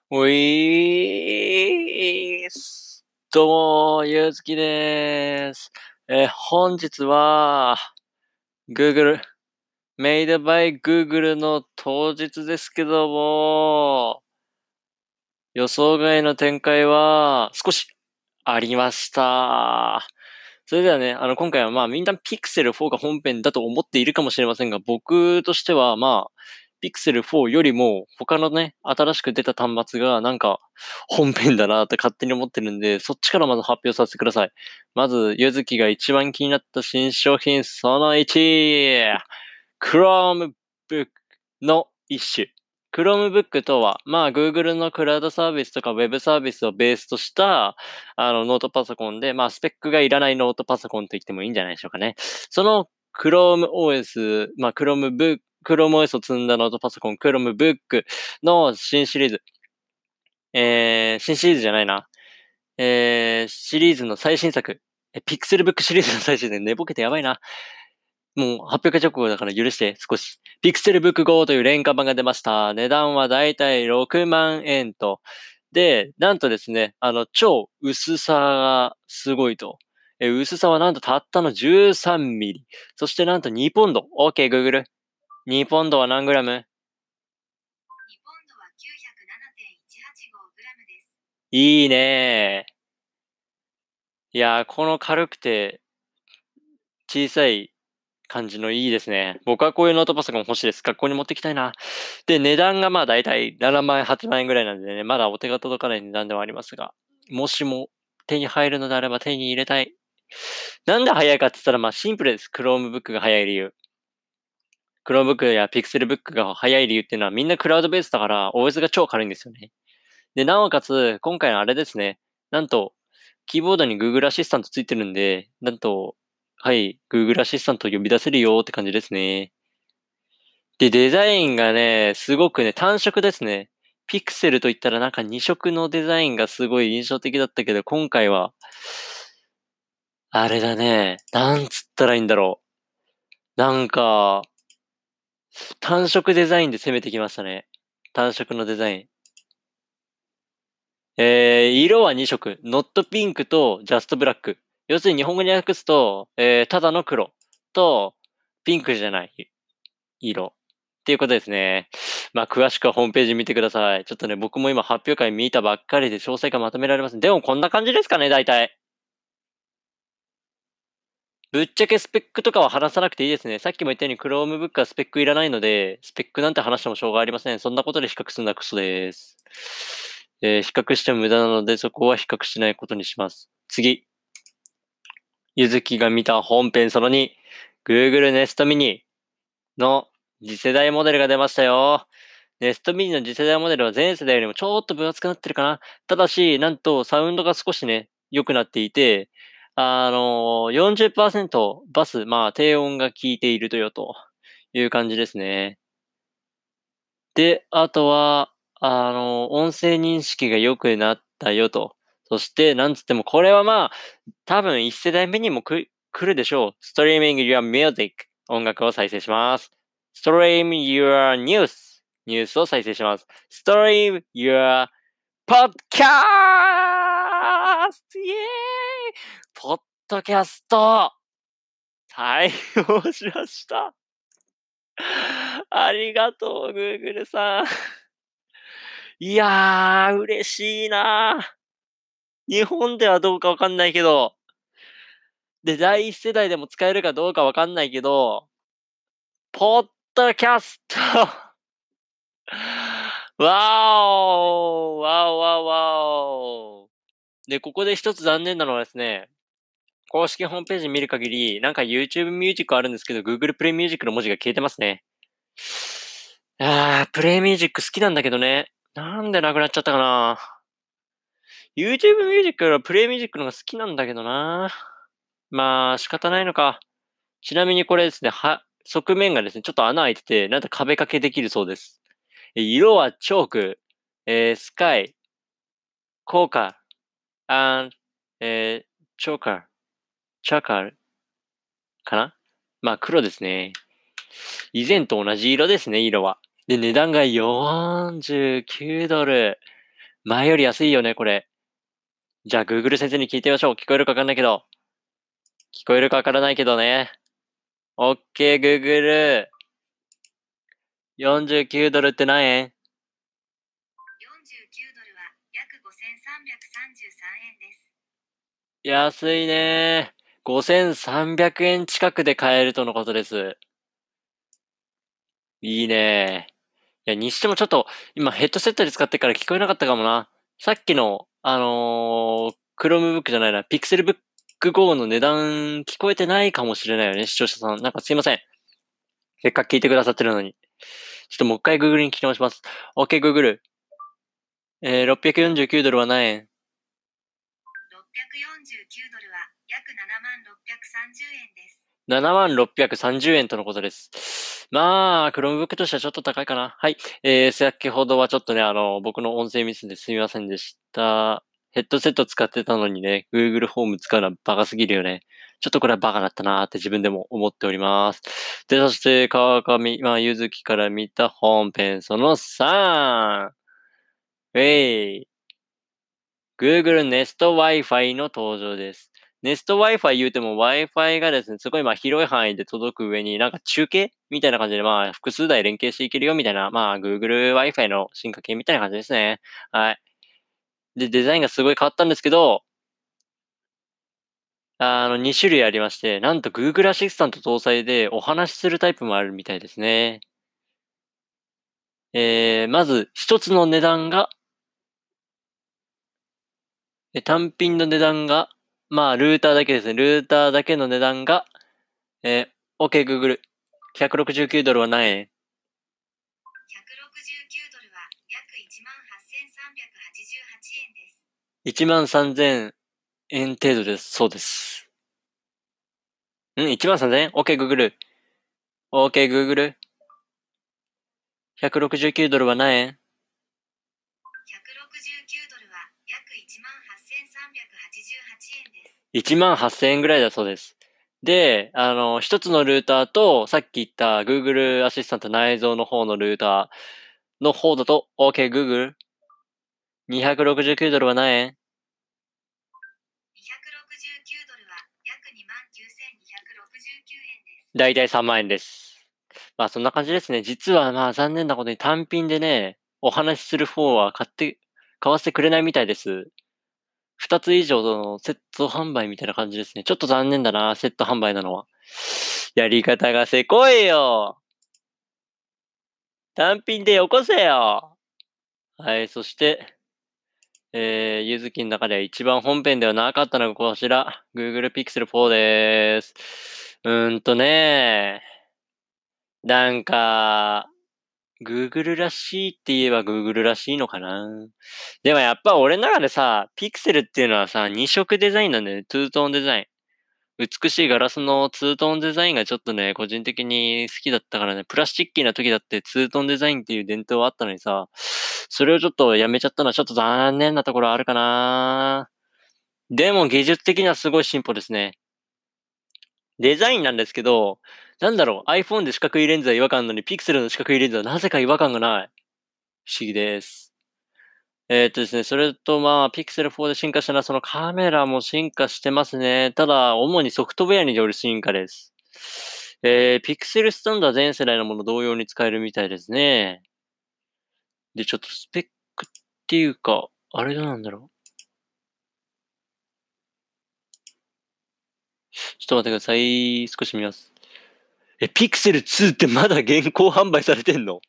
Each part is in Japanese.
おいーす。どうも、ゆうずきでーす。本日は、Google、Made by Google の当日ですけども、予想外の展開は少しありました。それではね、今回はみんな Pixel 4が本編だと思っているかもしれませんが、僕としてはPixel 4よりも他のね、新しく出た端末が本編だなって勝手に思ってるんで、そっちからまず発表させてください。まず、ゆずきが一番気になった新商品その1、Chromebook の一種。Chromebook とは、Google のクラウドサービスとか Web サービスをベースとした、ノートパソコンで、スペックがいらないノートパソコンと言ってもいいんじゃないでしょうかね。その ChromeOS を積んだノートパソコン、Chromebook の新シリーズ。新シリーズじゃないな。シリーズの最新作。Pixelbook シリーズの最新作。寝ぼけてやばいな。もう発表会直後だから許して少し。Pixelbook Go という廉価版が出ました。値段はだいたい6万円と。で、なんとですね、超薄さがすごいと。薄さはなんとたったの13ミリ。そしてなんと2ポンド。OK, Google。2ポンドは何グラム？ 2 ポンドは 907.185 グラムです。いいねー。いやー、この軽くて小さい感じのいいですね。僕はこういうノートパソコン欲しいです。学校に持ってきたいな。で、値段がだいたい7万円、8万円ぐらいなんでね、まだお手が届かない値段ではありますが、もしも手に入るのであれば手に入れたい。なんで早いかって言ったらシンプルです。Chromebook が早い理由。Chromebook や Pixelbook が早い理由っていうのはみんなクラウドベースだから OS が超軽いんですよね。で、なおかつ、今回のあれですね。なんと、キーボードに Google アシスタントついてるんで、なんと、はい、Google アシスタントを呼び出せるよって感じですね。で、デザインがね、すごくね、単色ですね。ピクセルといったら2色のデザインがすごい印象的だったけど、今回は、あれだね、なんつったらいいんだろう。単色デザインで攻めてきましたね。単色のデザイン。色は2色。ノットピンクとジャストブラック。要するに日本語に訳すと、ただの黒とピンクじゃない色。っていうことですね。詳しくはホームページ見てください。ちょっとね、僕も今発表会見たばっかりで詳細がまとめられます。でもこんな感じですかね、大体。ぶっちゃけスペックとかは話さなくていいですね。さっきも言ったように Chromebook はスペックいらないので、スペックなんて話してもしょうがありません。そんなことで比較するのはクソです。比較しても無駄なので、そこは比較しないことにします。次。ゆずきが見た本編その2、Google Nest Mini の次世代モデルが出ましたよ。Nest Mini の次世代モデルは前世代よりもちょっと分厚くなってるかな。ただし、なんとサウンドが少しね、良くなっていて、40%バス、低音が効いているという感じですね。で、あとは、音声認識が良くなったよと。そして、なんつっても、これは多分一世代目にも来るでしょう。Streaming your music。音楽を再生します。Stream your news。ニュースを再生します。Stream your podcast! イエーイポッドキャスト対応しました。ありがとう、Google さん。いやー、嬉しいなー。日本ではどうかわかんないけど、で、第一世代でも使えるかどうかわかんないけど、ポッドキャストわーおわおわおわおで、ここで一つ残念なのはですね、公式ホームページ見る限り、YouTube ミュージックあるんですけど、Google プレイミュージックの文字が消えてますね。プレイミュージック好きなんだけどね。なんでなくなっちゃったかな ?YouTube ミュージックよりはプレイミュージックの方が好きなんだけどな。仕方ないのか。ちなみにこれですね、側面がですね、ちょっと穴開いてて、壁掛けできるそうです。色はチョーク、スカイ、コーカー、チョーカー、チャーカーかな黒ですね。以前と同じ色ですね、色は。で、値段が49ドル。 前より安いよね、これ。じゃあ、Google 先生に聞いてみましょう。聞こえるかわかんないけど。聞こえるかわからないけどね。OK、Google。49ドルって何円？ 49ドルは約5333円です。 安いね。5300円近くで買えるとのことです。いいね。いや、にしてもちょっと、今ヘッドセットで使ってから聞こえなかったかもな。さっきの、Chromebook じゃないな、Pixelbook Go の値段聞こえてないかもしれないよね、視聴者さん。なんかすいません。せっかく聞いてくださってるのに。ちょっともう一回 Google に聞き直します。OK, Google。649ドルは何円？ 649ドルは約70630円です。 7630円とのことです。まあ、Chromebook としてはちょっと高いかな。はい。先ほどはちょっとね、僕の音声ミスですみませんでした。ヘッドセット使ってたのにね、Google ホーム使うのはバカすぎるよね。ちょっとこれはバカだったなーって自分でも思っております。で、そして、川上、ゆずきから見た本編その3。Google Nest Wi-Fi の登場です。Nest Wi-Fi 言うても Wi-Fi がですね、すごい広い範囲で届く上になんか中継みたいな感じで複数台連携していけるよみたいな、Google Wi-Fi の進化系みたいな感じですね。はい。で、デザインがすごい変わったんですけど、2種類ありまして、なんと Google アシスタント搭載でお話しするタイプもあるみたいですね。まず一つの値段が単品の値段が、ルーターだけですね。ルーターだけの値段が、OK Google。169ドルは何円？ 169ドルは約18,388円です。 13,000 円程度です。そうです。13,000 円？ OK Google。OK Google。169ドルは何円？ 169ドルは約18,388円です。 18,000 円ぐらいだそうです。で、一つのルーターと、さっき言った Google アシスタント内蔵の方のルーターの方だと、OK Google。269ドルは何円？ 269ドルは約29,269円です。 だいたい3万円です。そんな感じですね。実は残念なことに単品でね、お話しする方は買わせてくれないみたいです。2つ以上のセット販売みたいな感じですね。ちょっと残念だな、セット販売なのは。やり方がせこいよ。単品でよこせよ。はい、そして、ゆずきの中では一番本編ではなかったのがこちら、Google Pixel 4です。なんか、Google らしいって言えば Google らしいのかな。でもやっぱ俺の中でさ、Pixel っていうのはさ、二色デザインなんだよね。ツートーンデザイン。美しいガラスのツートーンデザインがちょっとね、個人的に好きだったからね、プラスチッキーな時だってツートーンデザインっていう伝統はあったのにさ、それをちょっとやめちゃったのはちょっと残念なところあるかな。でも技術的にはすごい進歩ですね。デザインなんですけど、iPhone で四角いレンズは違和感なのに、Pixel の四角いレンズはなぜか違和感がない。不思議です。ですね、それとPixel 4で進化したのはそのカメラも進化してますね。ただ、主にソフトウェアによる進化です。Pixel スタンドは全世代のもの同様に使えるみたいですね。で、ちょっとスペックっていうか、あれどうなんだろう。ちょっと待ってください。少し見ます。Pixel 2ってまだ現行販売されてんの？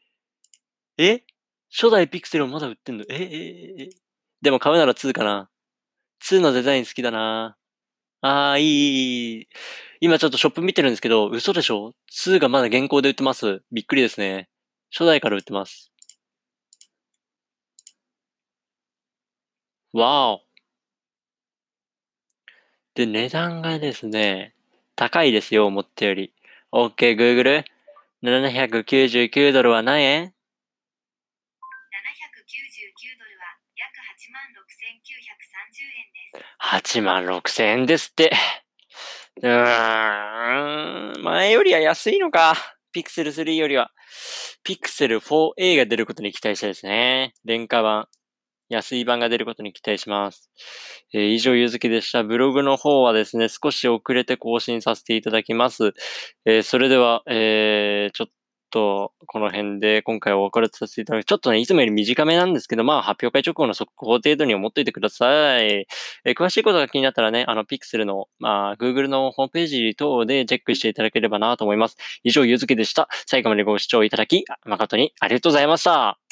初代 Pixel もまだ売ってんの？でも買うなら2かな。2のデザイン好きだな。いい、いい。今ちょっとショップ見てるんですけど、嘘でしょ？ 2 がまだ現行で売ってます。びっくりですね。初代から売ってます。わーお。で、値段がですね、高いですよ、思ったより。OK, Google。799ドルは何円？ 799ドルは約86,930円です。 8万6千円ですって。前よりは安いのか。Pixel 3よりは。Pixel 4a が出ることに期待したいですね。廉価版。 安い版が出ることに期待します。以上、ゆずきでした。ブログの方はですね、少し遅れて更新させていただきます。それでは、ちょっと、この辺で今回はお別れさせていただきます。ちょっとね、いつもより短めなんですけど、まあ、発表会直後の速報程度に思っていてください。詳しいことが気になったらね、ピクセルの、Google のホームページ等でチェックしていただければなと思います。以上、ゆずきでした。最後までご視聴いただき、誠にありがとうございました。